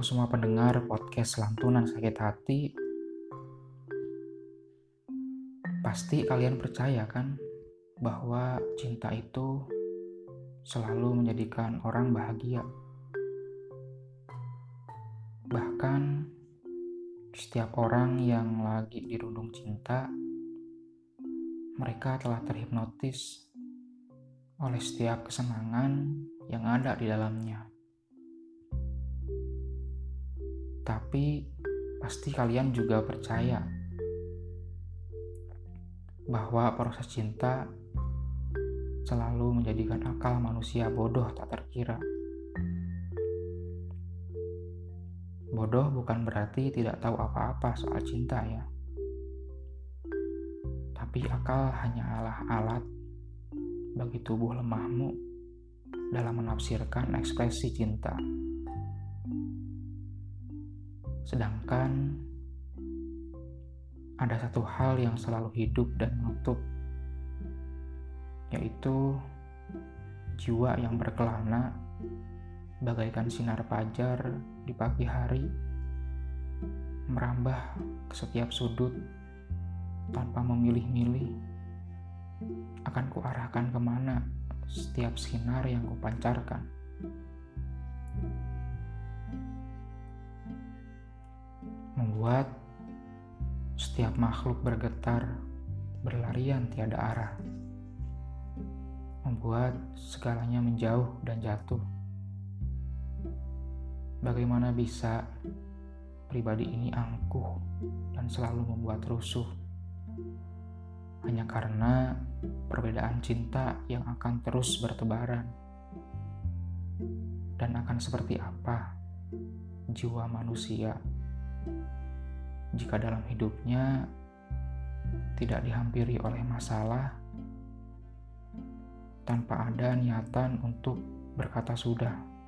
Untuk semua pendengar podcast Lantunan Sakit Hati, pasti kalian percaya kan bahwa cinta itu selalu menjadikan orang bahagia. Bahkan setiap orang yang lagi dirundung cinta, mereka telah terhipnotis oleh setiap kesenangan yang ada di dalamnya. Tapi pasti kalian juga percaya bahwa proses cinta selalu menjadikan akal manusia bodoh tak terkira. Bodoh bukan berarti tidak tahu apa-apa soal cinta ya. Tapi akal hanyalah alat bagi tubuh lemahmu dalam menafsirkan ekspresi cinta. Sedangkan ada satu hal yang selalu hidup dan menutup, yaitu jiwa yang berkelana bagaikan sinar fajar di pagi hari, merambah ke setiap sudut tanpa memilih-milih. Akan kuarahkan kemana setiap sinar yang kupancarkan. Membuat setiap makhluk bergetar, berlarian tiada arah. Membuat segalanya menjauh dan jatuh. Bagaimana bisa pribadi ini angkuh dan selalu membuat rusuh? Hanya karena perbedaan cinta yang akan terus bertebaran. Dan akan seperti apa jiwa manusia jika dalam hidupnya tidak dihampiri oleh masalah, tanpa ada niatan untuk berkata sudah.